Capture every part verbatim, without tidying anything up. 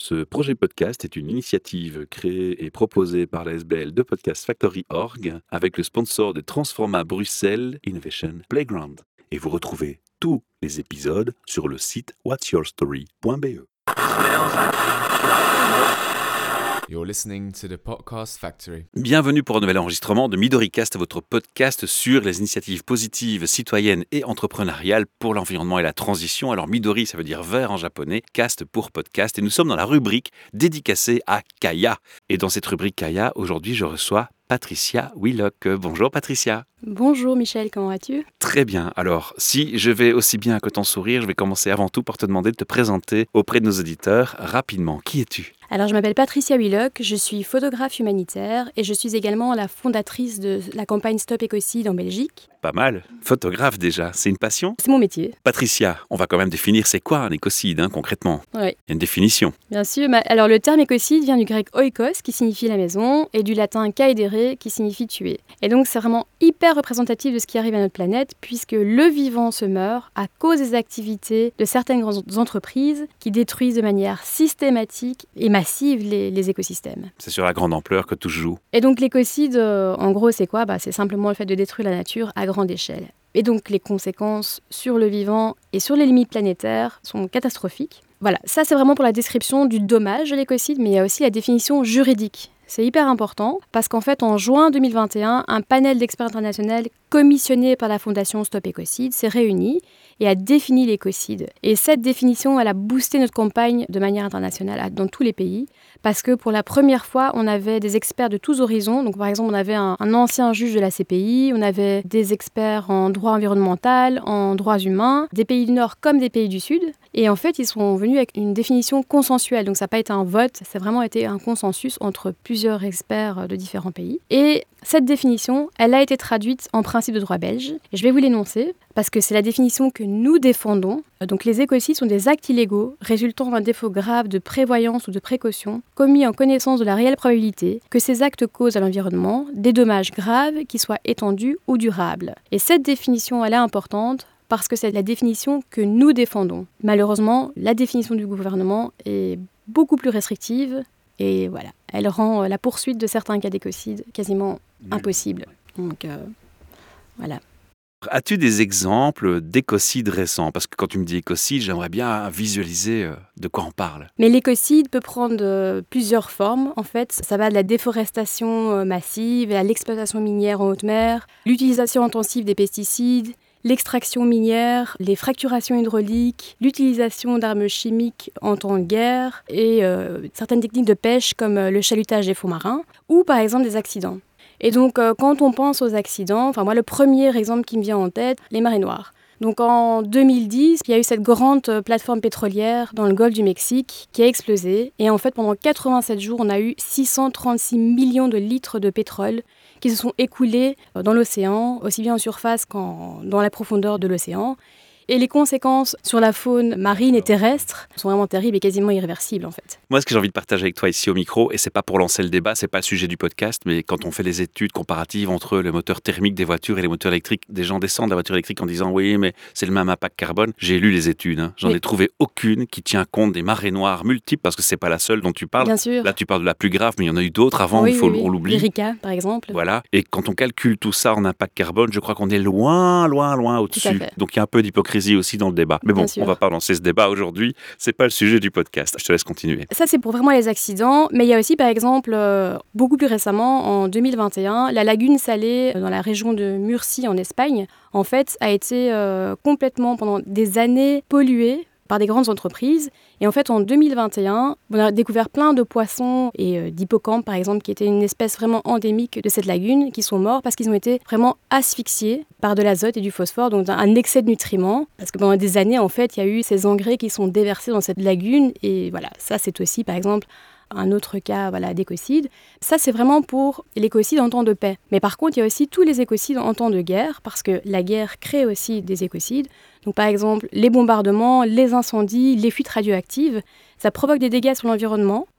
Ce projet podcast est une initiative créée et proposée par la S B L de Podcast Factory point org avec le sponsor de Transforma Bruxelles Innovation Playground. Et vous retrouvez tous les épisodes sur le site what's your story point b e. You're listening to the Podcast Factory. Bienvenue pour un nouvel enregistrement de MidoriCast, votre podcast sur les initiatives positives, citoyennes et entrepreneuriales pour l'environnement et la transition. Alors Midori, ça veut dire vert en japonais, cast pour podcast. Et nous sommes dans la rubrique dédicacée à Kaya. Et dans cette rubrique Kaya, aujourd'hui, je reçois Patricia Wheelock. Bonjour Patricia. Bonjour Michel, comment vas-tu ? Très bien. Alors, si je vais aussi bien que ton sourire, je vais commencer avant tout par te demander de te présenter auprès de nos auditeurs rapidement. Qui es-tu ? Alors, je m'appelle Patricia Wheelock, je suis photographe humanitaire et je suis également la fondatrice de la campagne Stop Écocide en Belgique. Pas mal. Photographe déjà, c'est une passion ? C'est mon métier. Patricia, on va quand même définir c'est quoi un écocide, hein, concrètement ? Oui. Il y a une définition. Bien sûr. Alors, le terme écocide vient du grec oikos, qui signifie la maison, et du latin kaedere, qui signifie tuer. Et donc, c'est vraiment hyper représentatif de ce qui arrive à notre planète, puisque le vivant se meurt à cause des activités de certaines grandes entreprises qui détruisent de manière systématique et massive les, les écosystèmes. C'est sur la grande ampleur que tout se joue. Et donc, l'écocide, euh, en gros, c'est quoi ? Bah, c'est simplement le fait de détruire la nature à grande échelle. Et donc, les conséquences sur le vivant et sur les limites planétaires sont catastrophiques. Voilà, ça c'est vraiment pour la description du dommage de l'écocide, mais il y a aussi la définition juridique. C'est hyper important parce qu'en fait, en juin deux mille vingt et un, un panel d'experts internationaux commissionné par la fondation Stop Écocide s'est réuni et a défini l'écocide. Et cette définition, elle a boosté notre campagne de manière internationale dans tous les pays parce que pour la première fois, on avait des experts de tous horizons. Donc par exemple, on avait un, un ancien juge de la C P I, on avait des experts en droit environnemental, en droits humains, des pays du Nord comme des pays du Sud. Et en fait, ils sont venus avec une définition consensuelle. Donc ça n'a pas été un vote, ça a vraiment été un consensus entre plusieurs experts de différents pays. Et cette définition, elle a été traduite en principe de droit belge. Et je vais vous l'énoncer parce que c'est la définition que nous défendons. Donc les écocides sont des actes illégaux résultant d'un défaut grave de prévoyance ou de précaution commis en connaissance de la réelle probabilité que ces actes causent à l'environnement des dommages graves qui soient étendus ou durables. Et cette définition, elle est importante parce que c'est la définition que nous défendons. Malheureusement, la définition du gouvernement est beaucoup plus restrictive et voilà, elle rend la poursuite de certains cas d'écocide quasiment impossible. Donc euh, voilà. As-tu des exemples d'écocides récents ? Parce que quand tu me dis écocide, j'aimerais bien visualiser de quoi on parle. Mais l'écocide peut prendre euh, plusieurs formes. En fait, ça va de la déforestation euh, massive à l'exploitation minière en haute mer, l'utilisation intensive des pesticides, l'extraction minière, les fracturations hydrauliques, l'utilisation d'armes chimiques en temps de guerre et euh, certaines techniques de pêche comme euh, le chalutage des fonds marins ou par exemple des accidents. Et donc euh, quand on pense aux accidents, enfin moi le premier exemple qui me vient en tête, les marées noires. Donc en deux mille dix, il y a eu cette grande plateforme pétrolière dans le golfe du Mexique qui a explosé. Et en fait, pendant quatre-vingt-sept jours, on a eu six cent trente-six millions de litres de pétrole qui se sont écoulés dans l'océan, aussi bien en surface qu'en dans la profondeur de l'océan. Et les conséquences sur la faune marine et terrestre sont vraiment terribles et quasiment irréversibles en fait. Moi, ce que j'ai envie de partager avec toi ici au micro, et c'est pas pour lancer le débat, c'est pas le sujet du podcast, mais quand on fait les études comparatives entre le moteur thermique des voitures et les moteurs électriques, des gens descendent de la voiture électrique en disant oui, mais c'est le même impact carbone. J'ai lu les études, hein. J'en oui. ai trouvé aucune qui tient compte des marées noires multiples, parce que c'est pas la seule dont tu parles. Bien sûr. Là, tu parles de la plus grave, mais il y en a eu d'autres avant, oui, il faut oui, oui. on l'oublie. Erika, par exemple. Voilà. Et quand on calcule tout ça en impact carbone, je crois qu'on est loin, loin, loin au-dessus. Donc il y a un peu d'hypocrisie aussi dans le débat. Mais bon, on va pas lancer ce débat aujourd'hui, c'est pas le sujet du podcast. Je te laisse continuer. Ça, c'est pour vraiment les accidents, mais il y a aussi, par exemple, euh, beaucoup plus récemment, en deux mille vingt et un, la lagune salée dans la région de Murcie, en Espagne, en fait, a été euh, complètement, pendant des années, polluée par des grandes entreprises. Et en fait, en deux mille vingt et un, on a découvert plein de poissons et euh, d'hippocampes, par exemple, qui étaient une espèce vraiment endémique de cette lagune, qui sont morts parce qu'ils ont été vraiment asphyxiés par de l'azote et du phosphore, donc un excès de nutriments. Parce que pendant des années, en fait, il y a eu ces engrais qui sont déversés dans cette lagune. Et voilà, ça, c'est aussi, par exemple, un autre cas voilà, d'écocide. Ça, c'est vraiment pour l'écocide en temps de paix. Mais par contre, il y a aussi tous les écocides en temps de guerre, parce que la guerre crée aussi des écocides. Donc, par exemple, les bombardements, les incendies, les fuites radioactives, ça provoque des dégâts sur l'environnement.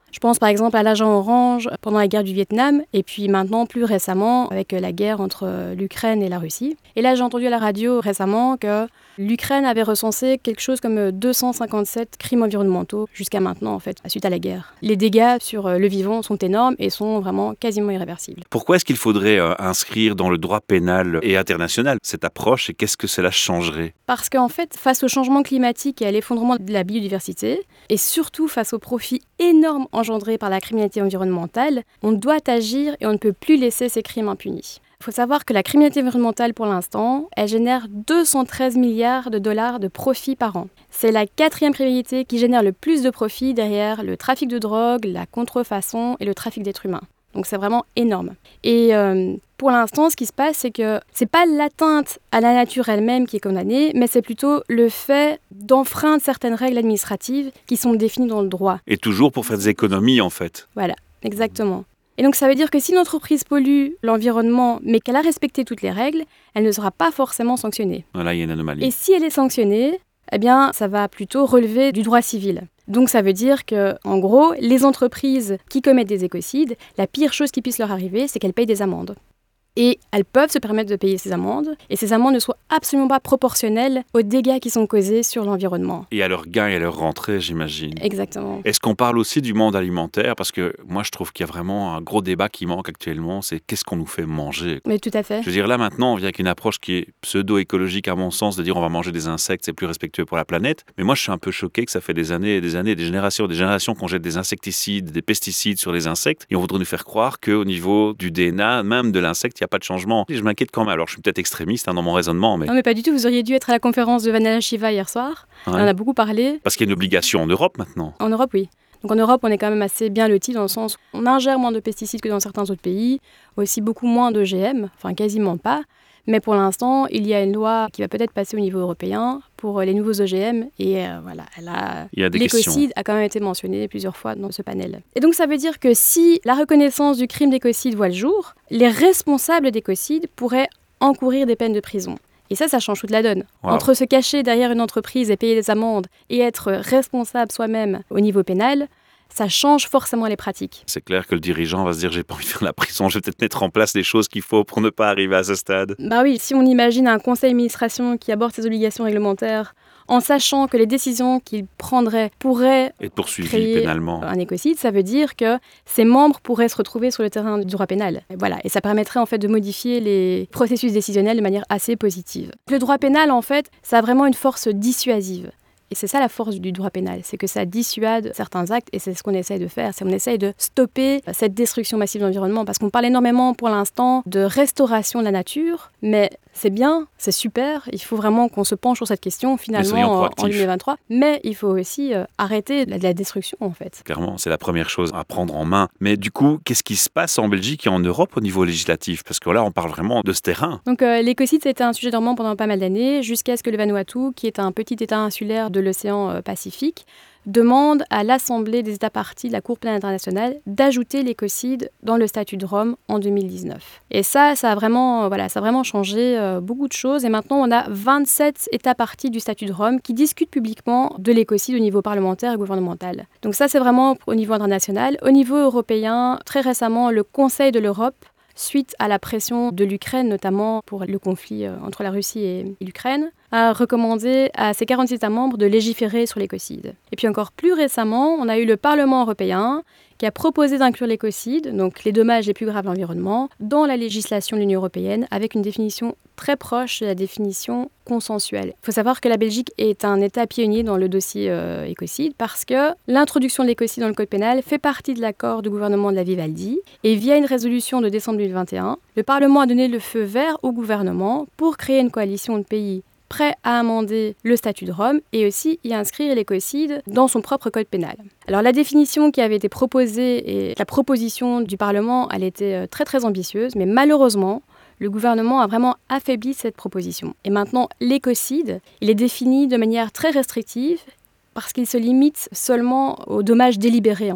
Je pense par exemple à l'agent orange pendant la guerre du Vietnam et puis maintenant plus récemment avec la guerre entre l'Ukraine et la Russie. Et là j'ai entendu à la radio récemment que l'Ukraine avait recensé quelque chose comme deux cent cinquante-sept crimes environnementaux jusqu'à maintenant en fait, suite à la guerre. Les dégâts sur le vivant sont énormes et sont vraiment quasiment irréversibles. Pourquoi est-ce qu'il faudrait euh, inscrire dans le droit pénal et international cette approche et qu'est-ce que cela changerait ? Parce qu'en fait, face au changement climatique et à l'effondrement de la biodiversité, et surtout face aux profits énormes engendrés par la criminalité environnementale, on doit agir et on ne peut plus laisser ces crimes impunis. Il faut savoir que la criminalité environnementale, pour l'instant, elle génère deux cent treize milliards de dollars de profits par an. C'est la quatrième criminalité qui génère le plus de profits derrière le trafic de drogue, la contrefaçon et le trafic d'êtres humains. Donc c'est vraiment énorme. Et euh, pour l'instant, ce qui se passe, c'est que c'est pas l'atteinte à la nature elle-même qui est condamnée, mais c'est plutôt le fait d'enfreindre certaines règles administratives qui sont définies dans le droit. Et toujours pour faire des économies, en fait. Voilà, exactement. Et donc ça veut dire que si une entreprise pollue l'environnement, mais qu'elle a respecté toutes les règles, elle ne sera pas forcément sanctionnée. Là, il y a une anomalie. Et si elle est sanctionnée, eh bien, ça va plutôt relever du droit civil. Donc ça veut dire que, en gros, les entreprises qui commettent des écocides, la pire chose qui puisse leur arriver, c'est qu'elles payent des amendes. Et elles peuvent se permettre de payer ces amendes, et ces amendes ne sont absolument pas proportionnelles aux dégâts qui sont causés sur l'environnement. Et à leurs gains et à leur rentrée, j'imagine. Exactement. Est-ce qu'on parle aussi du monde alimentaire ? Parce que moi, je trouve qu'il y a vraiment un gros débat qui manque actuellement, c'est qu'est-ce qu'on nous fait manger ? Mais tout à fait. Je veux dire, là, maintenant, on vient avec une approche qui est pseudo-écologique, à mon sens, de dire on va manger des insectes, c'est plus respectueux pour la planète. Mais moi, je suis un peu choqué que ça fait des années et des années, des générations des générations qu'on jette des insecticides, des pesticides sur les insectes, et on voudrait nous faire croire qu'au niveau du D N A, même de l'insecte, il n'y a pas de changement. Et je m'inquiète quand même. Alors, je suis peut-être extrémiste hein, dans mon raisonnement, mais... Non, mais pas du tout. Vous auriez dû être à la conférence de Vandana Shiva hier soir. Ouais. On en a beaucoup parlé. Parce qu'il y a une obligation en Europe maintenant. En Europe, oui. Donc en Europe, on est quand même assez bien lotis dans le sens où on ingère moins de pesticides que dans certains autres pays, aussi beaucoup moins d'O G M, enfin quasiment pas. Mais pour l'instant, il y a une loi qui va peut-être passer au niveau européen pour les nouveaux O G M. Et euh, voilà, elle a... il y a des l'écocide questions. a quand même été mentionné plusieurs fois dans ce panel. Et donc ça veut dire que si la reconnaissance du crime d'écocide voit le jour, les responsables d'écocide pourraient encourir des peines de prison. Et ça, ça change toute la donne. Wow. Entre se cacher derrière une entreprise et payer des amendes et être responsable soi-même au niveau pénal, ça change forcément les pratiques. C'est clair que le dirigeant va se dire j'ai pas envie de faire la prison, je vais peut-être mettre en place les choses qu'il faut pour ne pas arriver à ce stade. Bah oui, si on imagine un conseil d'administration qui aborde ses obligations réglementaires en sachant que les décisions qu'il prendrait pourraient être poursuivi créer pénalement. Un écocide, ça veut dire que ses membres pourraient se retrouver sur le terrain du droit pénal. Et voilà, et ça permettrait en fait de modifier les processus décisionnels de manière assez positive. Le droit pénal, en fait, ça a vraiment une force dissuasive. Et c'est ça la force du droit pénal, c'est que ça dissuade certains actes et c'est ce qu'on essaye de faire, c'est qu'on essaye de stopper cette destruction massive de l'environnement parce qu'on parle énormément pour l'instant de restauration de la nature, mais c'est bien, c'est super, il faut vraiment qu'on se penche sur cette question finalement en deux mille vingt-trois, mais il faut aussi euh, arrêter la, la destruction en fait. Clairement, c'est la première chose à prendre en main. Mais du coup, qu'est-ce qui se passe en Belgique et en Europe au niveau législatif ? Parce que là, on parle vraiment de ce terrain. Donc euh, l'écocide, c'était un sujet dormant pendant pas mal d'années, jusqu'à ce que le Vanuatu, qui est un petit état insulaire de l'océan euh, Pacifique, demande à l'Assemblée des États parties de la Cour pénale internationale d'ajouter l'écocide dans le statut de Rome en deux mille dix-neuf. Et ça, ça a vraiment, euh, voilà, ça a vraiment changé euh, beaucoup de choses. Et maintenant, on a vingt-sept États parties du statut de Rome qui discutent publiquement de l'écocide au niveau parlementaire et gouvernemental. Donc ça, c'est vraiment au niveau international. Au niveau européen, très récemment, le Conseil de l'Europe, suite à la pression de l'Ukraine, notamment pour le conflit euh, entre la Russie et, et l'Ukraine, a recommandé à ses quarante-six États membres de légiférer sur l'écocide. Et puis encore plus récemment, on a eu le Parlement européen qui a proposé d'inclure l'écocide, donc les dommages les plus graves à l'environnement, dans la législation de l'Union européenne avec une définition très proche de la définition consensuelle. Il faut savoir que la Belgique est un État pionnier dans le dossier euh, écocide parce que l'introduction de l'écocide dans le code pénal fait partie de l'accord du gouvernement de la Vivaldi et via une résolution de décembre deux mille vingt et un, le Parlement a donné le feu vert au gouvernement pour créer une coalition de pays prêt à amender le statut de Rome et aussi y inscrire l'écocide dans son propre code pénal. Alors la définition qui avait été proposée et la proposition du Parlement, elle était très très ambitieuse, mais malheureusement, le gouvernement a vraiment affaibli cette proposition. Et maintenant, l'écocide, il est défini de manière très restrictive parce qu'il se limite seulement aux dommages délibérés en fait.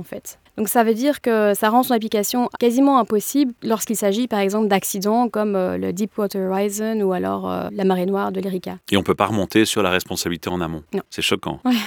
Donc ça veut dire que ça rend son application quasiment impossible lorsqu'il s'agit par exemple d'accidents comme euh, le Deepwater Horizon ou alors euh, la marée noire de l'Erika. Et on ne peut pas remonter sur la responsabilité en amont. Non. C'est choquant. Ouais.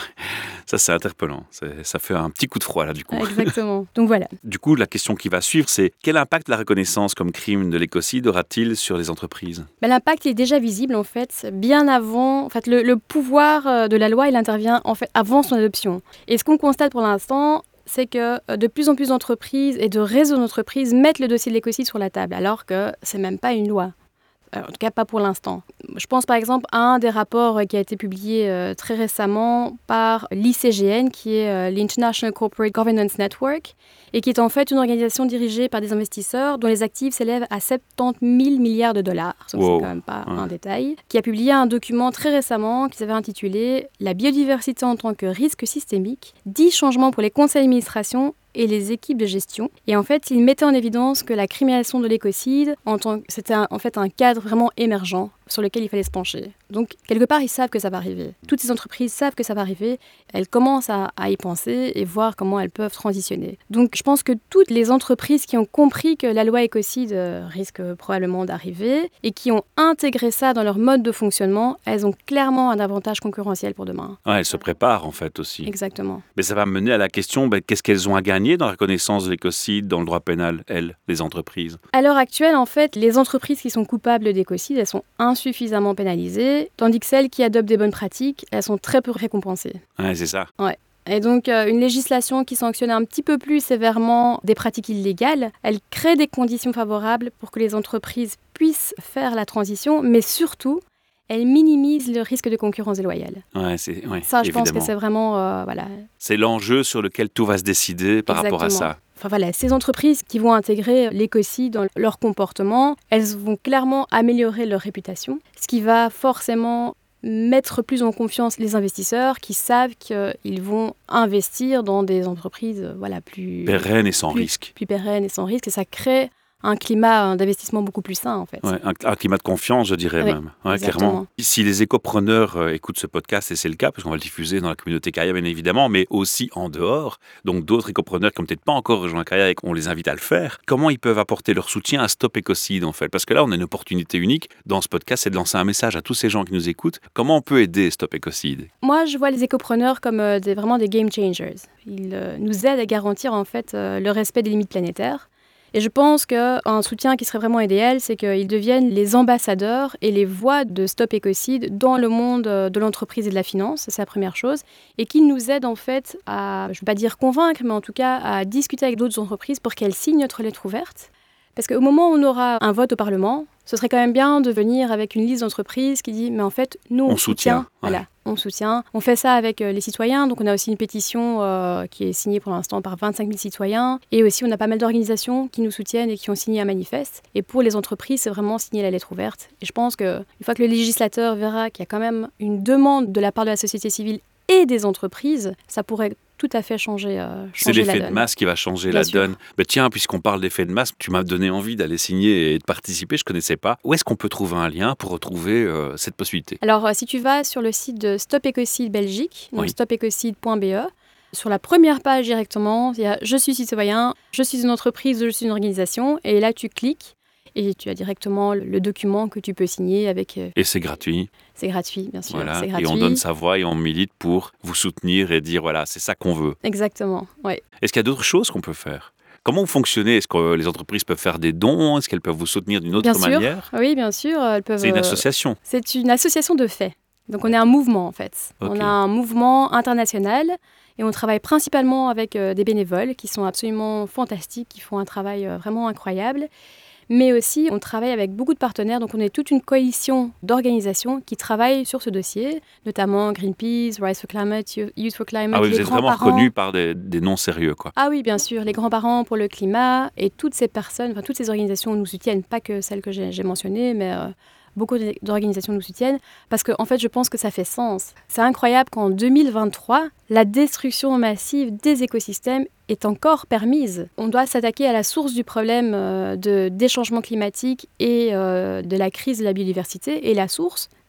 Ça, c'est interpellant. C'est, ça fait un petit coup de froid, là, du coup. Exactement. Donc voilà. Du coup, la question qui va suivre, c'est quel impact la reconnaissance comme crime de l'écocide aura-t-il sur les entreprises ? Ben, l'impact est déjà visible en fait, bien avant. En fait, le, le pouvoir de la loi, il intervient en fait avant son adoption. Et ce qu'on constate pour l'instant, c'est que de plus en plus d'entreprises et de réseaux d'entreprises mettent le dossier de l'écocide sur la table, alors que c'est même pas une loi. En tout cas, pas pour l'instant. Je pense par exemple à un des rapports qui a été publié euh, très récemment par l'I C G N, qui est euh, l'International Corporate Governance Network, et qui est en fait une organisation dirigée par des investisseurs dont les actifs s'élèvent à soixante-dix mille milliards de dollars. Donc Wow. c'est quand même pas Ouais. un détail. Qui a publié un document très récemment qui s'avait intitulé « La biodiversité en tant que risque systémique, dix changements pour les conseils d'administration et les équipes de gestion ». Et en fait, il mettait en évidence que la criminalisation de l'écocide, en tant que, c'était un- en fait un cadre vraiment émergent sur lequel il fallait se pencher. Donc, quelque part, ils savent que ça va arriver. Toutes ces entreprises savent que ça va arriver. Elles commencent à, à y penser et voir comment elles peuvent transitionner. Donc, je pense que toutes les entreprises qui ont compris que la loi écocide euh, risque probablement d'arriver et qui ont intégré ça dans leur mode de fonctionnement, elles ont clairement un avantage concurrentiel pour demain. Ouais, elles se préparent, en fait, aussi. Exactement. Mais ça va mener à la question, ben, qu'est-ce qu'elles ont à gagner dans la reconnaissance de l'écocide, dans le droit pénal, elles, les entreprises ? À l'heure actuelle, en fait, les entreprises qui sont coupables d'écocide, elles sont insuffisamment pénalisées, tandis que celles qui adoptent des bonnes pratiques, elles sont très peu récompensées. Ouais, c'est ça. Et donc, euh, une législation qui sanctionne un petit peu plus sévèrement des pratiques illégales, elle crée des conditions favorables pour que les entreprises puissent faire la transition, mais surtout, elle minimise le risque de concurrence déloyale. Ouais, c'est, ouais, Ça, je évidemment. pense que c'est vraiment... euh, voilà, C'est l'enjeu sur lequel tout va se décider par rapport à Exactement. ça. Enfin voilà, ces entreprises qui vont intégrer l'écocide dans leur comportement, elles vont clairement améliorer leur réputation, ce qui va forcément mettre plus en confiance les investisseurs qui savent qu'ils vont investir dans des entreprises euh, voilà, plus, Pérenne et sans plus, risque. plus pérennes et sans risque. Et ça crée un climat d'investissement beaucoup plus sain, en fait. Ouais, un, un climat de confiance, je dirais Oui, même. Ouais, exactement. clairement. Si les écopreneurs euh, écoutent ce podcast, et c'est le cas, parce qu'on va le diffuser dans la communauté Kaya, bien évidemment, mais aussi en dehors, donc d'autres écopreneurs qui n'ont peut-être pas encore rejoint Kaya et qu'on les invite à le faire, comment ils peuvent apporter leur soutien à Stop Écocide, en fait ? Parce que là, on a une opportunité unique dans ce podcast, c'est de lancer un message à tous ces gens qui nous écoutent. Comment on peut aider Stop Écocide ? Moi, je vois les écopreneurs comme euh, des, vraiment des game changers. Ils euh, nous aident à garantir, en fait, euh, le respect des limites planétaires. Et je pense qu'un soutien qui serait vraiment idéal, c'est qu'ils deviennent les ambassadeurs et les voix de Stop Écocide dans le monde de l'entreprise et de la finance, c'est la première chose, et qu'ils nous aident en fait à, je ne veux pas dire convaincre, mais en tout cas à discuter avec d'autres entreprises pour qu'elles signent notre lettre ouverte. Parce qu'au moment où on aura un vote au Parlement, ce serait quand même bien de venir avec une liste d'entreprises qui dit « mais en fait, nous, on, On soutient, ouais. Voilà, on soutient. On fait ça avec euh, les citoyens, donc on a aussi une pétition euh, qui est signée pour l'instant par vingt-cinq mille citoyens. Et aussi, on a pas mal d'organisations qui nous soutiennent et qui ont signé un manifeste. Et pour les entreprises, c'est vraiment signer la lettre ouverte. Et je pense qu'une fois que le législateur verra qu'il y a quand même une demande de la part de la société civile et des entreprises, ça pourrait tout à fait changer, euh, C'est changer la l'effet de donne. masse qui va changer Bien la sûr. donne. Mais tiens, puisqu'on parle d'effet de masse, tu m'as donné envie d'aller signer et de participer, je ne connaissais pas. Où est-ce qu'on peut trouver un lien pour retrouver euh, cette possibilité ? Alors, euh, si tu vas sur le site de Stop Écocide Belgique, donc Oui. stop écocide point b e, sur la première page directement, il y a « Je suis citoyen, je suis une entreprise, je suis une organisation » et là, tu cliques et tu as directement le document que tu peux signer avec... euh, Et c'est gratuit. c'est gratuit, bien sûr, Voilà. c'est Et gratuit. on donne sa voix et on milite pour vous soutenir et dire voilà, c'est ça qu'on veut. Exactement, oui. Est-ce qu'il y a d'autres choses qu'on peut faire ? Comment vous fonctionnez ? Est-ce que les entreprises peuvent faire des dons ? Est-ce qu'elles peuvent vous soutenir d'une autre Bien sûr, manière ? oui, bien sûr. Elles peuvent, C'est une euh, association. C'est une association de faits. Donc, on est un mouvement, en fait. Ok. On a un mouvement international et on travaille principalement avec euh, des bénévoles qui sont absolument fantastiques, qui font un travail euh, vraiment incroyable. Mais aussi, on travaille avec beaucoup de partenaires. Donc, on est toute une coalition d'organisations qui travaillent sur ce dossier, notamment Greenpeace, Rise for Climate, Youth for Climate, Ah oui, les vous êtes vraiment grands-parents. reconnus par des, des noms sérieux, quoi. Ah oui, bien sûr, les grands-parents pour le climat et toutes ces personnes, enfin toutes ces organisations nous soutiennent, pas que celles que j'ai, j'ai mentionnées, mais euh, beaucoup d'organisations nous soutiennent parce qu'en en fait, je pense que ça fait sens. C'est incroyable qu'en deux mille vingt-trois, la destruction massive des écosystèmes est encore permise. On doit s'attaquer à la source du problème euh, de, des changements climatiques et euh, de la crise de la biodiversité. Et la source,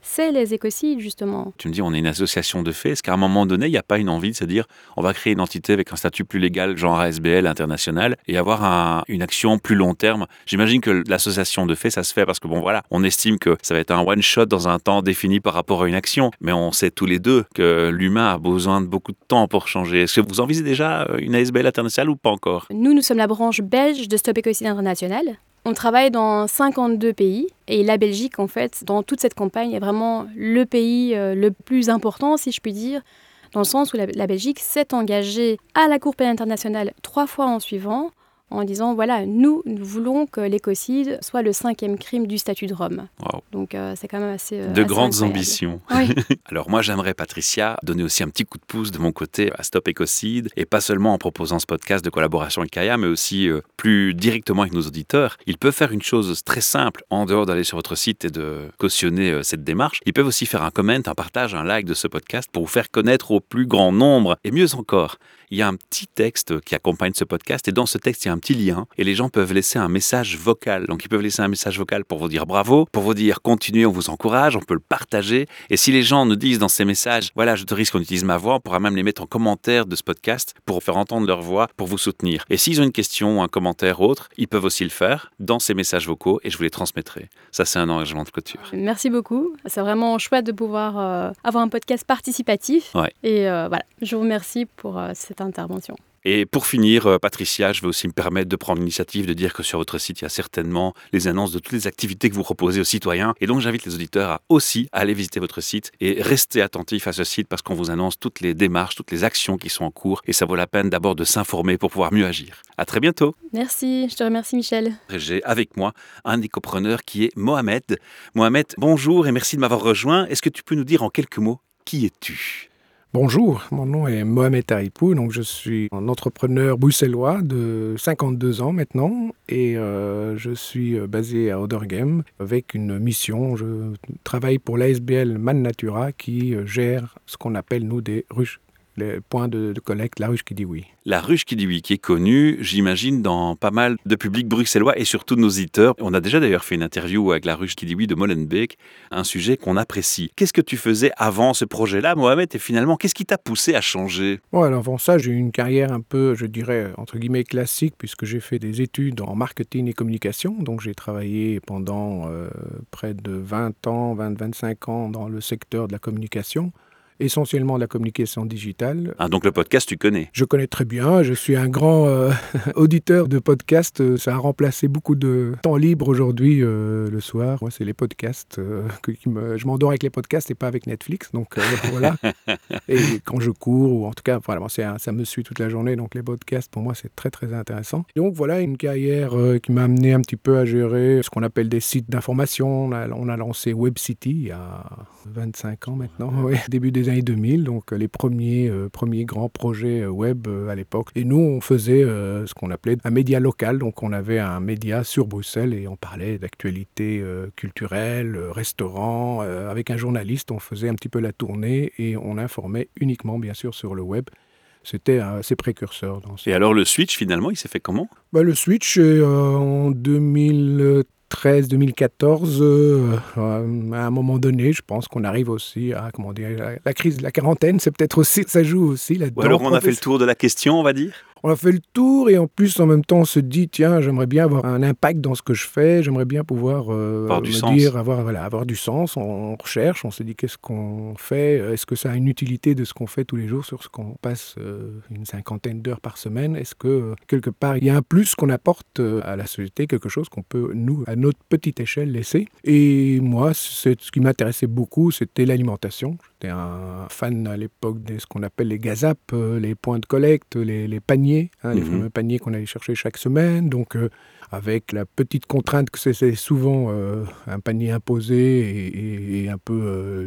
c'est les écocides, justement. Tu me dis, on est une association de faits. Est-ce qu'à un moment donné, il n'y a pas une envie de se dire, on va créer une entité avec un statut plus légal, genre A S B L international, et avoir un, une action plus long terme? J'imagine que l'association de faits, ça se fait parce que, bon, voilà, on estime que ça va être un one-shot dans un temps défini par rapport à une action. Mais on sait tous les deux que l'humain a besoin de beaucoup de temps pour changer. Est-ce que vous envisagez déjà une A S B L internationale ou pas encore? Nous, nous sommes la branche belge de Stop Écocide International. On travaille dans cinquante-deux pays et la Belgique, en fait, dans toute cette campagne, est vraiment le pays euh, le plus important, si je puis dire, dans le sens où la, la Belgique s'est engagée à la Cour pénale internationale trois fois en suivant, en disant, voilà, nous, nous voulons que l'écocide soit le cinquième crime du statut de Rome. Wow. Donc, euh, c'est quand même assez euh, De assez grandes incroyable. ambitions. Oui. Alors moi, j'aimerais, Patricia, donner aussi un petit coup de pouce de mon côté à Stop Écocide, et pas seulement en proposant ce podcast de collaboration avec Kaya, mais aussi euh, plus directement avec nos auditeurs. Ils peuvent faire une chose très simple, en dehors d'aller sur votre site et de cautionner euh, cette démarche. Ils peuvent aussi faire un comment, un partage, un like de ce podcast pour vous faire connaître au plus grand nombre. Et mieux encore, il y a un petit texte qui accompagne ce podcast, et dans ce texte, il y a un petit lien, et les gens peuvent laisser un message vocal. Donc ils peuvent laisser un message vocal pour vous dire bravo, pour vous dire continuez, on vous encourage, on peut le partager. Et si les gens nous disent dans ces messages, voilà, j'autorise qu'on utilise ma voix, on pourra même les mettre en commentaire de ce podcast pour faire entendre leur voix, pour vous soutenir. Et s'ils ont une question ou un commentaire autre, ils peuvent aussi le faire dans ces messages vocaux, et je vous les transmettrai. Ça, c'est un engagement de clôture. Merci beaucoup. C'est vraiment chouette de pouvoir euh, avoir un podcast participatif. Ouais. Et euh, voilà, je vous remercie pour euh, cette intervention. Et pour finir, euh, Patricia, je vais aussi me permettre de prendre l'initiative de dire que sur votre site, il y a certainement les annonces de toutes les activités que vous proposez aux citoyens. Et donc, j'invite les auditeurs à aussi aller visiter votre site et rester attentifs à ce site parce qu'on vous annonce toutes les démarches, toutes les actions qui sont en cours. Et ça vaut la peine d'abord de s'informer pour pouvoir mieux agir. À très bientôt. Merci, je te remercie Michel. J'ai avec moi un écopreneur qui est Mohamed. Mohamed, bonjour et merci de m'avoir rejoint. Est-ce que tu peux nous dire en quelques mots, qui es-tu ? Bonjour, mon nom est Mohamed Taripou, donc je suis un entrepreneur bruxellois de cinquante-deux ans maintenant et euh, je suis basé à Odergem avec une mission. Je travaille pour l'A S B L Man Natura qui gère ce qu'on appelle nous des ruches, les points de, de collecte, la ruche qui dit oui. La ruche qui dit oui, qui est connue, j'imagine, dans pas mal de publics bruxellois et surtout de nos auditeurs. On a déjà d'ailleurs fait une interview avec la ruche qui dit oui de Molenbeek, un sujet qu'on apprécie. Qu'est-ce que tu faisais avant ce projet-là, Mohamed, et finalement, qu'est-ce qui t'a poussé à changer ? Bon, alors avant ça, j'ai eu une carrière un peu, je dirais, entre guillemets, classique, puisque j'ai fait des études en marketing et communication. Donc j'ai travaillé pendant euh, près de vingt ans, vingt à vingt-cinq ans dans le secteur de la communication. Essentiellement de la communication digitale. Ah, donc le podcast, tu connais ? Je connais très bien, je suis un grand euh, auditeur de podcasts. Ça a remplacé beaucoup de temps libre aujourd'hui, euh, le soir. Moi, c'est les podcasts. Euh, que, qui me, je m'endors avec les podcasts et pas avec Netflix. Donc euh, voilà. Et quand je cours, ou en tout cas, voilà, c'est un, ça me suit toute la journée. Donc les podcasts, pour moi, c'est très très intéressant. Et donc voilà, une carrière euh, qui m'a amené un petit peu à gérer ce qu'on appelle des sites d'information. On a, on a lancé WebCity il y a vingt-cinq ans maintenant, ouais, début des années deux mille, donc les premiers, euh, premiers grands projets web euh, à l'époque. Et nous, on faisait euh, ce qu'on appelait un média local, donc on avait un média sur Bruxelles et on parlait d'actualités euh, culturelles, euh, restaurants. Euh, avec un journaliste, on faisait un petit peu la tournée et on informait uniquement, bien sûr, sur le web. C'était assez précurseur. Dans ce... Et alors le switch, finalement, il s'est fait comment ? bah, Le switch, euh, en deux mille treize deux mille quatorze, euh, euh, à un moment donné, je pense qu'on arrive aussi à, comment dire, la, la crise de la quarantaine, c'est peut-être aussi, ça joue aussi là-dedans. Ou alors on a fait le tour de la question, on va dire ? On a fait le tour et en plus, en même temps, on se dit, tiens, j'aimerais bien avoir un impact dans ce que je fais, j'aimerais bien pouvoir euh, avoir du me sens. dire, avoir, voilà, avoir du sens. On, on recherche, on se dit, qu'est-ce qu'on fait ? Est-ce que ça a une utilité de ce qu'on fait tous les jours sur ce qu'on passe euh, une cinquantaine d'heures par semaine ? Est-ce que, euh, quelque part, il y a un plus qu'on apporte euh, à la société, quelque chose qu'on peut, nous, à notre petite échelle, laisser ? Et moi, c'est, ce qui m'intéressait beaucoup, c'était l'alimentation. J'étais un fan à l'époque de ce qu'on appelle les gazap, euh, les points de collecte, les, les paniers. Hein, les mmh. fameux paniers qu'on allait chercher chaque semaine, donc euh, avec la petite contrainte que c'est, c'est souvent euh, un panier imposé et, et, et un peu euh,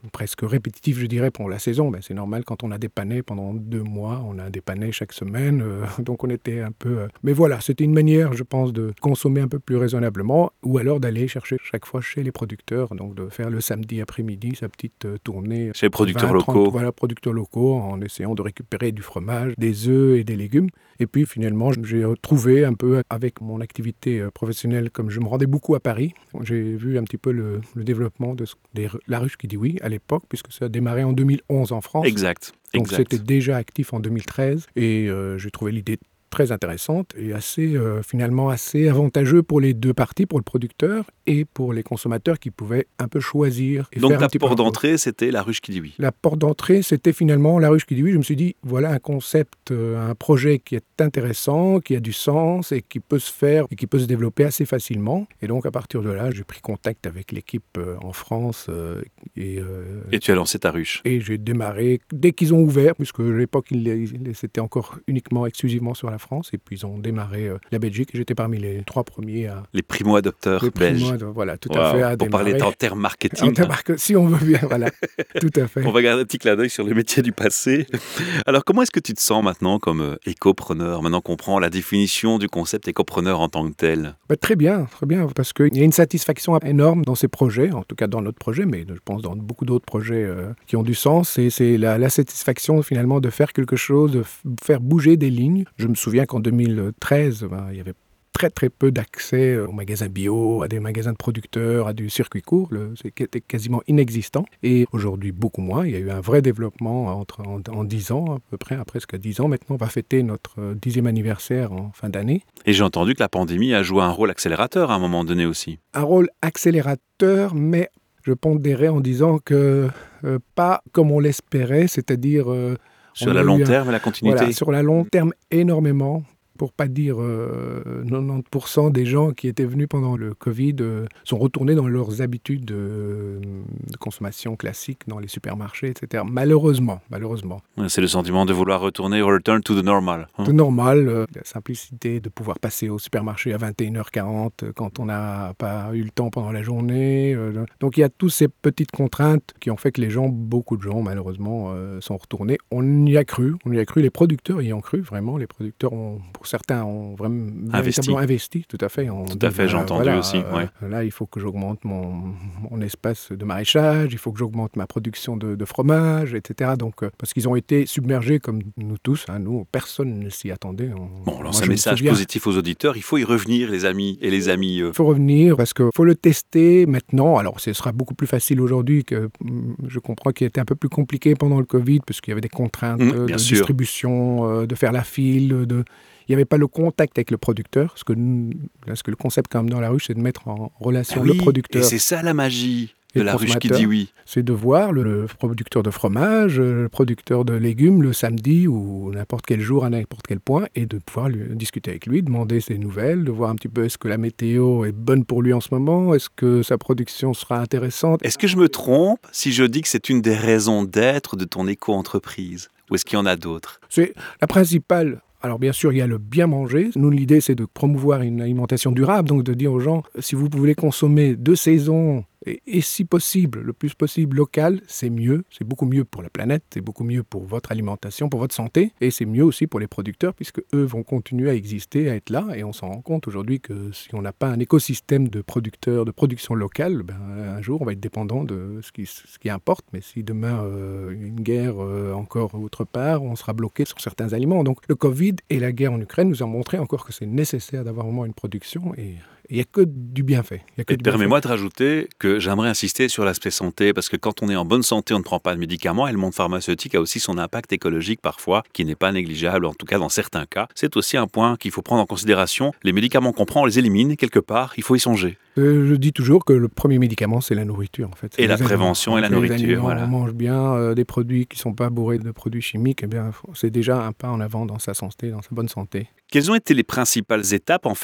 presque répétitif, je dirais, pour la saison. Ben, c'est normal quand on a dépanné pendant deux mois, on a dépanné chaque semaine, euh, donc on était un peu... Euh... Mais voilà, c'était une manière, je pense, de consommer un peu plus raisonnablement, ou alors d'aller chercher chaque fois chez les producteurs, donc de faire le samedi après-midi sa petite euh, tournée. Chez les producteurs vingt, trente, locaux. Voilà, producteurs locaux, en essayant de récupérer du fromage, des œufs et des légumes. Et puis finalement, j'ai trouvé un peu, avec mon activité euh, professionnelle, comme je me rendais beaucoup à Paris, j'ai vu un petit peu le, le développement de ce, des, La Ruche qui dit oui à l'époque, puisque ça a démarré en deux mille onze en France. Exact. Donc exact. c'était déjà actif en deux mille treize et euh, j'ai trouvé l'idée très intéressante et assez, euh, finalement assez avantageux pour les deux parties, pour le producteur et pour les consommateurs qui pouvaient un peu choisir. Et Donc faire ta un petit porte peu d'entrée, c'était La Ruche qui dit oui. La porte d'entrée, c'était finalement La Ruche qui dit oui. Je me suis dit, voilà un concept, euh, un projet qui est intéressant, qui a du sens et qui peut se faire et qui peut se développer assez facilement. Et donc à partir de là, j'ai pris contact avec l'équipe euh, en France euh, et, euh, et tu as lancé ta ruche. Et j'ai démarré dès qu'ils ont ouvert, puisque à l'époque, c'était encore uniquement exclusivement sur la France, et puis ils ont démarré euh, la Belgique, et j'étais parmi les trois premiers à... Les primo-adopteurs les belges. Primo, voilà, tout wow. à fait, à Pour démarrer. parler en termes marketing. En termes marque- si on veut bien, voilà, tout à fait. On va garder un petit clin d'œil sur le métier du passé. Alors, comment est-ce que tu te sens maintenant comme euh, écopreneur, maintenant qu'on prend la définition du concept écopreneur en tant que tel? Bah, très bien, très bien, parce qu'il y a une satisfaction énorme dans ces projets, en tout cas dans notre projet, mais je pense dans beaucoup d'autres projets euh, qui ont du sens, et c'est la, la satisfaction finalement de faire quelque chose, de f- faire bouger des lignes. Je me souviens qu'en deux mille treize, ben, il y avait très très peu d'accès aux magasins bio, à des magasins de producteurs, à du circuit court, le, c'était quasiment inexistant. Et aujourd'hui, beaucoup moins. Il y a eu un vrai développement entre, en, en dix ans, à peu près, à presque dix ans. Maintenant, on va fêter notre dixième anniversaire en fin d'année. Et j'ai entendu que la pandémie a joué un rôle accélérateur à un moment donné aussi. Un rôle accélérateur, mais je pondérais en disant que euh, pas comme on l'espérait, c'est-à-dire... Euh, sur la long terme et la continuité. Voilà, sur la long terme, énormément. Pour pas dire euh, quatre-vingt-dix pour cent des gens qui étaient venus pendant le Covid euh, sont retournés dans leurs habitudes de, de consommation classique dans les supermarchés, et cetera. Malheureusement, malheureusement. Ouais, c'est le sentiment de vouloir retourner au return to the normal. Hein. De normal, euh, la simplicité de pouvoir passer au supermarché à vingt et une heures quarante euh, quand on n'a pas eu le temps pendant la journée. Euh, donc il y a toutes ces petites contraintes qui ont fait que les gens, beaucoup de gens malheureusement, euh, sont retournés. On y a cru, on y a cru, les producteurs y ont cru, vraiment. Les producteurs ont... Certains ont vraiment investi. investi, tout à fait. On tout à fait, j'ai euh, entendu voilà, aussi. Ouais. Euh, là, il faut que j'augmente mon, mon espace de maraîchage, il faut que j'augmente ma production de, de fromage, et cetera. Donc, euh, parce qu'ils ont été submergés comme nous tous, hein, nous, personne ne s'y attendait. On, bon, lance un message souviens, positif aux auditeurs, il faut y revenir, les amis et les amis. Euh. Il faut revenir parce qu'il faut le tester maintenant. Alors, ce sera beaucoup plus facile aujourd'hui que je comprends qu'il était un peu plus compliqué pendant le Covid, parce qu'il y avait des contraintes mmh, de sûr. distribution, euh, de faire la file, de... Il n'y avait pas le contact avec le producteur, parce que, parce que le concept quand même dans La Ruche, c'est de mettre en relation ah oui, le producteur. Et c'est ça la magie de La Ruche qui dit oui. C'est de voir le, le producteur de fromage, le producteur de légumes le samedi ou n'importe quel jour à n'importe quel point, et de pouvoir lui, discuter avec lui, demander ses nouvelles, de voir un petit peu est-ce que la météo est bonne pour lui en ce moment, est-ce que sa production sera intéressante. Est-ce que je me trompe si je dis que c'est une des raisons d'être de ton éco-entreprise, ou est-ce qu'il y en a d'autres? C'est la principale. Alors bien sûr, il y a le bien manger. Nous, l'idée, c'est de promouvoir une alimentation durable, donc de dire aux gens, si vous voulez consommer de saison et, et si possible, le plus possible local, c'est mieux. C'est beaucoup mieux pour la planète, c'est beaucoup mieux pour votre alimentation, pour votre santé, et c'est mieux aussi pour les producteurs, puisque eux vont continuer à exister, à être là, et on s'en rend compte aujourd'hui que si on n'a pas un écosystème de producteurs, de production locale, ben, un jour, on va être dépendant de ce qui, ce qui importe, mais si demain, euh, une guerre euh, encore autre part, on sera bloqué sur certains aliments. Donc le Covid et la guerre en Ukraine nous ont montré encore que c'est nécessaire d'avoir vraiment une production, et il n'y a que du bienfait. Et permets-moi de rajouter que j'aimerais insister sur l'aspect santé, parce que quand on est en bonne santé, on ne prend pas de médicaments, et le monde pharmaceutique a aussi son impact écologique parfois, qui n'est pas négligeable, en tout cas dans certains cas. C'est aussi un point qu'il faut prendre en considération. Les médicaments qu'on prend, on les élimine quelque part, il faut y songer. Euh, je dis toujours que le premier médicament, c'est la nourriture, en fait. Et la prévention et la nourriture, voilà. On mange bien euh, des produits qui ne sont pas bourrés de produits chimiques, eh bien, c'est déjà un pas en avant dans sa santé, dans sa bonne santé. Quelles ont été les principales étapes, en fait,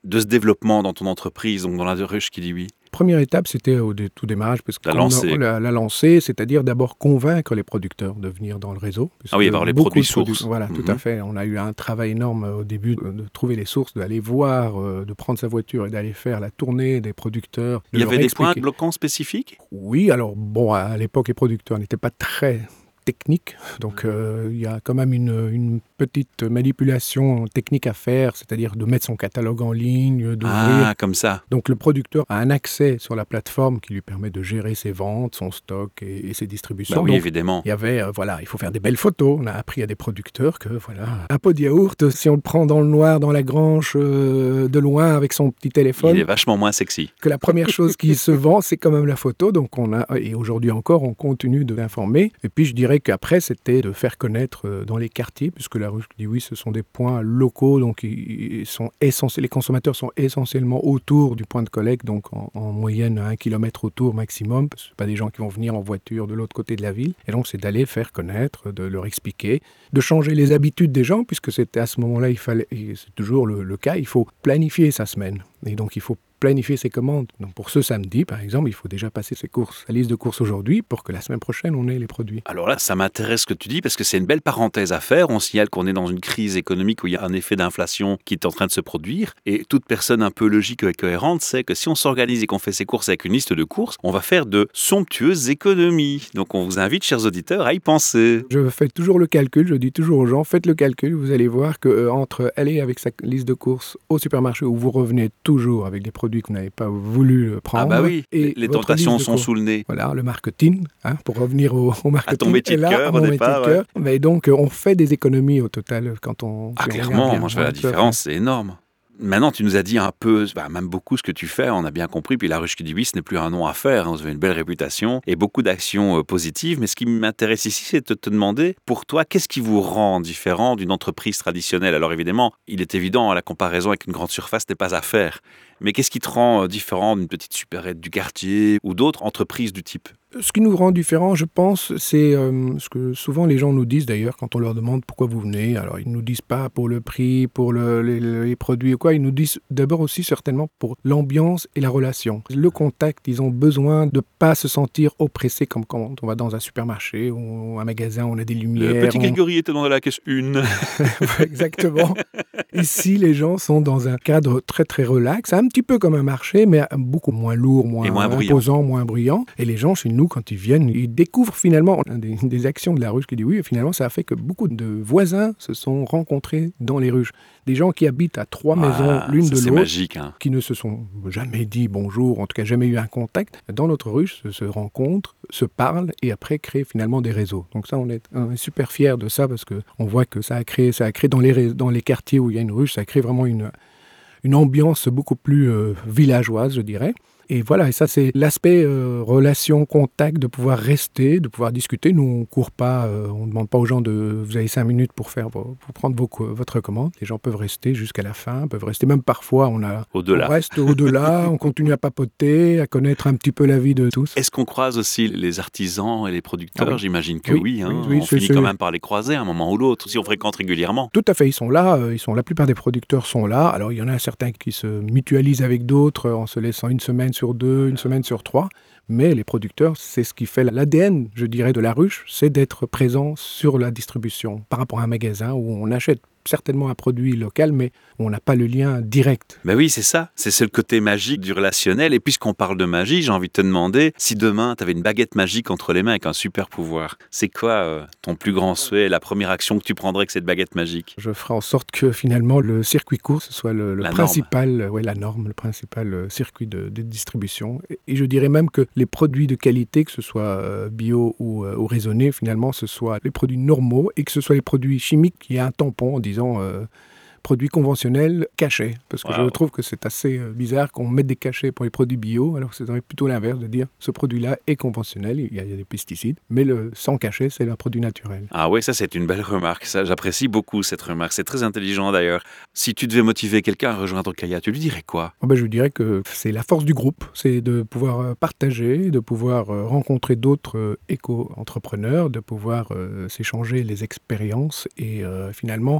de ce développement dans ton entreprise, donc dans la ruche qui dit oui? Première étape, c'était au dé- tout démarrage, parce que La quand lancée. on a- la, la lancée, c'est-à-dire d'abord convaincre les producteurs de venir dans le réseau. Ah oui, puisque avoir les beaucoup produits de produits- sources. Voilà, tout Mhm. à fait. On a eu un travail énorme euh, au début de, de trouver les sources, d'aller voir, euh, de prendre sa voiture et d'aller faire la tournée des producteurs. de Il y leur avait des points expliquer. bloquants spécifiques? Oui, alors bon, à l'époque, les producteurs n'étaient pas très techniques, donc euh, il y a quand même une, une petite manipulation technique à faire, c'est-à-dire de mettre son catalogue en ligne, d'ouvrir. Ah, comme ça. Donc le producteur a un accès sur la plateforme qui lui permet de gérer ses ventes, son stock et, et ses distributions. Bah oui, Donc, évidemment. il y avait, euh, voilà, il faut faire des belles photos. On a appris à des producteurs que, voilà, un pot de yaourt, si on le prend dans le noir, dans la grange, euh, de loin, avec son petit téléphone, Il est vachement moins sexy. que la première chose qui se vend, c'est quand même la photo. Donc on a, et aujourd'hui encore, on continue de l'informer. Et puis je dirais qu'après, c'était de faire connaître euh, dans les quartiers, puisque la ruche dit oui, ce sont des points locaux, donc ils, ils sont essentiels. Les consommateurs sont essentiellement autour du point de collecte, donc en, en moyenne un kilomètre autour maximum, parce que ce pas des gens qui vont venir en voiture de l'autre côté de la ville. Et donc c'est d'aller faire connaître, de leur expliquer, de changer les habitudes des gens, puisque c'était à ce moment-là, il fallait, et c'est toujours le, le cas, il faut planifier sa semaine. Et donc il faut planifier ses commandes. Donc pour ce samedi, par exemple, il faut déjà passer ses courses, sa liste de courses aujourd'hui, pour que la semaine prochaine, on ait les produits. Alors là, ça m'intéresse ce que tu dis parce que c'est une belle parenthèse à faire. On signale qu'on est dans une crise économique où il y a un effet d'inflation qui est en train de se produire. Et toute personne un peu logique et cohérente sait que si on s'organise et qu'on fait ses courses avec une liste de courses, on va faire de somptueuses économies. Donc on vous invite, chers auditeurs, à y penser. Je fais toujours le calcul, je dis toujours aux gens, faites le calcul, vous allez voir que euh, entre aller avec sa liste de courses au supermarché où vous revenez toujours avec des produits que vous n'avez pas voulu euh, prendre. Ah bah oui, et les votre tentations liste de sont courses. sous le nez. Voilà, le marketing, hein, pour revenir au, au marketing. ton métier Et de là, cœur à au mon métier départ, de cœur. Mais donc, euh, on fait des économies au total quand on... Ah si on regarde clairement, bien, moi je fais hein, la tout à fait. différence, c'est énorme. Maintenant, tu nous as dit un peu, bah, même beaucoup ce que tu fais, on a bien compris. Puis la ruche qui dit oui, ce n'est plus un nom à faire. Hein, vous avez une belle réputation et beaucoup d'actions euh, positives. Mais ce qui m'intéresse ici, c'est de te demander, pour toi, qu'est-ce qui vous rend différent d'une entreprise traditionnelle? Alors évidemment, il est évident, hein, la comparaison avec une grande surface n'est pas à faire. Mais qu'est-ce qui te rend euh, différent d'une petite supérette du quartier ou d'autres entreprises du type? Ce qui nous rend différents, je pense, c'est euh, ce que souvent les gens nous disent d'ailleurs quand on leur demande pourquoi vous venez. Alors ils ne nous disent pas pour le prix, pour le, les, les produits ou quoi, ils nous disent d'abord aussi certainement pour l'ambiance et la relation. Le contact, ils ont besoin de ne pas se sentir oppressés comme quand on va dans un supermarché ou un magasin, on a des lumières. Le petit on- Grégory était dans la caisse une. Exactement. Ici, les gens sont dans un cadre très très relax, un petit peu comme un marché, mais beaucoup moins lourd, moins, Et moins bruyant. imposant, moins bruyant. Et les gens chez nous, quand ils viennent, ils découvrent finalement un des, des actions de la ruche qui dit oui, et finalement ça a fait que beaucoup de voisins se sont rencontrés dans les ruches. Des gens qui habitent à trois maisons Ah, l'une ça, de c'est l'autre, magique. Hein. qui ne se sont jamais dit bonjour, en tout cas jamais eu un contact, dans notre ruche, se, se rencontrent, se parlent et après créent finalement des réseaux. Donc ça, on est, on est super fiers de ça parce qu'on voit que ça a créé, ça a créé dans, les, ré- dans les quartiers où il y a une ruche, ça a créé vraiment une, une ambiance beaucoup plus euh, villageoise, je dirais. Et voilà, et ça c'est l'aspect euh, relation, contact, de pouvoir rester, de pouvoir discuter. Nous, on ne court pas, euh, on ne demande pas aux gens de... Vous avez cinq minutes pour, faire vos- pour prendre vos, co- votre commande. Les gens peuvent rester jusqu'à la fin, peuvent rester même parfois, on, a, Au-delà. on reste au-delà, on continue à papoter, à connaître un petit peu la vie de tous. Est-ce qu'on croise aussi les artisans et les producteurs? Ah oui. J'imagine que Oui, oui. hein. oui, oui, on c'est- finit c'est- quand même par les croiser à un moment ou l'autre, si on fréquente régulièrement. Tout à fait, ils sont là, euh, ils sont, la plupart des producteurs sont là. Alors il y en a certains qui se mutualisent avec d'autres euh, en se laissant une semaine sur deux, une semaine sur trois. Mais les producteurs, c'est ce qui fait l'A D N, je dirais, de la ruche, c'est d'être présent sur la distribution par rapport à un magasin où on achète certainement un produit local, mais on n'a pas le lien direct. Ben oui, c'est ça. C'est c'est le côté magique du relationnel. Et puisqu'on parle de magie, j'ai envie de te demander si demain, tu avais une baguette magique entre les mains avec un super pouvoir. C'est quoi euh, ton plus grand souhait, la première action que tu prendrais avec cette baguette magique? Je ferai en sorte que finalement le circuit court, ce soit le, le La principal, euh, ouais, la norme, le principal euh, circuit de, de distribution. Et, et je dirais même que les produits de qualité, que ce soit euh, bio ou, euh, ou raisonné, finalement, ce soit les produits normaux et que ce soit les produits chimiques qui aient un tampon en disant euh, produits conventionnels cachés. Parce que Wow. je trouve que c'est assez euh, bizarre qu'on mette des cachets pour les produits bio, alors que c'est plutôt l'inverse, de dire ce produit-là est conventionnel, il y a, il y a des pesticides, mais le sans cachet, c'est un produit naturel. Ah oui, ça c'est une belle remarque. Ça, j'apprécie beaucoup cette remarque. C'est très intelligent d'ailleurs. Si tu devais motiver quelqu'un à rejoindre Kaya, tu lui dirais quoi? Oh ben, je dirais que c'est la force du groupe, c'est de pouvoir euh, partager, de pouvoir euh, rencontrer d'autres euh, éco-entrepreneurs, de pouvoir euh, s'échanger les expériences et euh, finalement,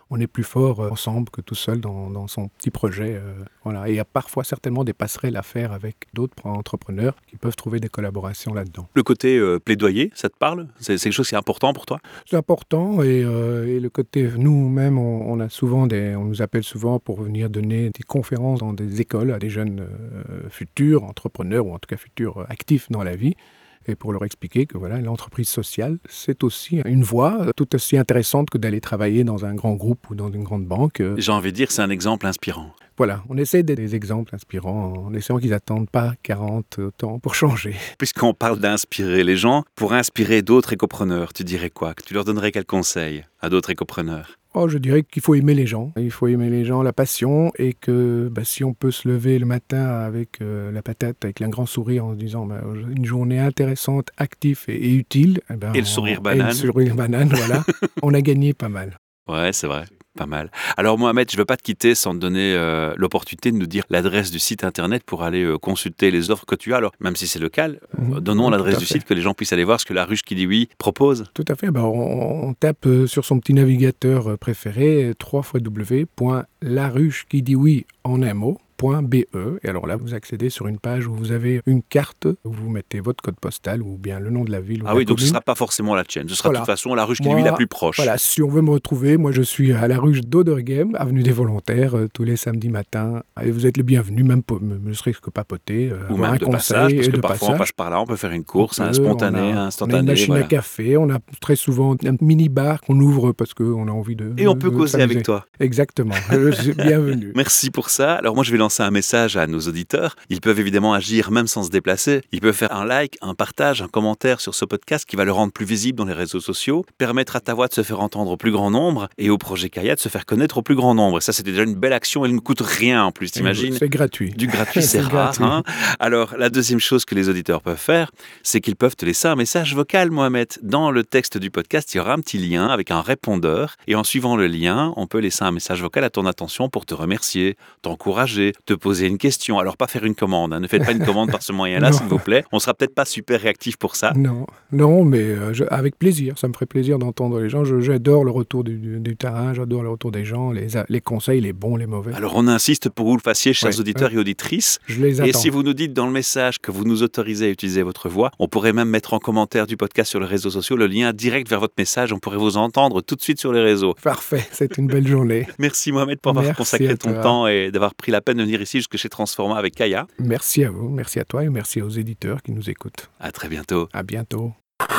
on est plus fort euh, ensemble que tout seul dans, dans son petit projet. Euh, voilà. Et il y a parfois certainement des passerelles à faire avec d'autres entrepreneurs qui peuvent trouver des collaborations là-dedans. Le côté euh, plaidoyer, ça te parle? c'est, c'est quelque chose qui est important pour toi? C'est important et, euh, et le côté, nous-mêmes, on, on a souvent des, on nous appelle souvent pour venir donner des conférences dans des écoles à des jeunes euh, futurs entrepreneurs ou en tout cas futurs euh, actifs dans la vie. Et pour leur expliquer que voilà, l'entreprise sociale, c'est aussi une voie tout aussi intéressante que d'aller travailler dans un grand groupe ou dans une grande banque. J'ai envie de dire, c'est un exemple inspirant. Voilà, on essaie d'être des exemples inspirants en essayant qu'ils n'attendent pas quarante ans pour changer. Puisqu'on parle d'inspirer les gens, pour inspirer d'autres écopreneurs, tu dirais quoi? Que tu leur donnerais quel conseil à d'autres écopreneurs? Oh, je dirais qu'il faut aimer les gens. Il faut aimer les gens, la passion, et que bah, si on peut se lever le matin avec euh, la patate, avec un grand sourire en se disant bah, une journée intéressante, active et, et utile. Eh ben, et le sourire banane. Et le sourire banane, voilà. On a gagné pas mal. Ouais, c'est vrai. Pas mal. Alors Mohamed, je ne veux pas te quitter sans te donner euh, l'opportunité de nous dire l'adresse du site internet pour aller euh, consulter les offres que tu as. Alors, même si c'est local, mmh, donnons oui, l'adresse du site, que les gens puissent aller voir ce que La Ruche qui dit oui propose. Tout à fait. Ben, on, on tape sur son petit navigateur préféré, w w w point la ruche qui dit oui en un mot. .be. Et alors là, vous accédez sur une page où vous avez une carte, où vous mettez votre code postal ou bien le nom de la ville. Ou ah la oui, donc commune. ce ne sera pas forcément la tienne. Ce sera voilà. de toute façon la ruche qui moi, lui est la plus proche. Voilà, si on veut me retrouver, moi je suis à la ruche d'Oderghem, avenue des Volontaires, euh, tous les samedis matins. Et vous êtes le bienvenu, même pour, ne serait-ce que papoter. Euh, ou même un de conseil passage, parce que de parfois passage. on passe par là, on peut faire une course, on un peut, spontané, on a, instantané. On a une machine voilà. à café, on a très souvent un mini-bar qu'on ouvre parce qu'on a envie de Et on peut de causer s'amuser. avec toi. Exactement, bienvenue. Merci pour ça. Alors moi je vais lancer un message à nos auditeurs. Ils peuvent évidemment agir même sans se déplacer. Ils peuvent faire un like, un partage, un commentaire sur ce podcast qui va le rendre plus visible dans les réseaux sociaux, permettre à ta voix de se faire entendre au plus grand nombre et au projet Kaya de se faire connaître au plus grand nombre. Et ça, c'était déjà une belle action. Elle ne coûte rien en plus, t'imagines? C'est gratuit. Du gratuit, c'est, c'est rare. Hein. Alors, la deuxième chose que les auditeurs peuvent faire, c'est qu'ils peuvent te laisser un message vocal, Mohamed. Dans le texte du podcast, il y aura un petit lien avec un répondeur. Et en suivant le lien, on peut laisser un message vocal à ton attention pour te remercier, t'encourager, te poser une question. Alors, pas faire une commande. Hein. Ne faites pas une commande par ce moyen-là, s'il vous plaît. On sera peut-être pas super réactif pour ça. Non, non, mais euh, je, avec plaisir. Ça me ferait plaisir d'entendre les gens. Je, j'adore le retour du, du, du terrain, j'adore le retour des gens, les, les conseils, les bons, les mauvais. Alors, on insiste pour que vous le fassiez, chers ouais, auditeurs ouais. et auditrices. Je les attends. Et si vous nous dites dans le message que vous nous autorisez à utiliser votre voix, on pourrait même mettre en commentaire du podcast sur les réseaux sociaux le lien direct vers votre message. On pourrait vous entendre tout de suite sur les réseaux. Parfait, c'est une belle journée. Merci Mohamed pour avoir Merci consacré ton temps et d'avoir pris la peine de venir ici jusque chez Transforma avec Kaya. Merci à vous, merci à toi et merci aux éditeurs qui nous écoutent. À très bientôt. À bientôt.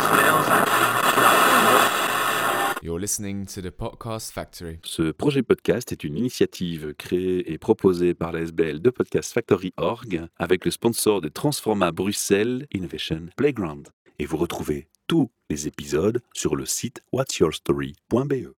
You're listening to the Podcast Factory. Ce projet podcast est une initiative créée et proposée par la S B L de Podcast Factory point org avec le sponsor de Transforma Bruxelles Innovation Playground. Et vous retrouvez tous les épisodes sur le site what's your story point b e.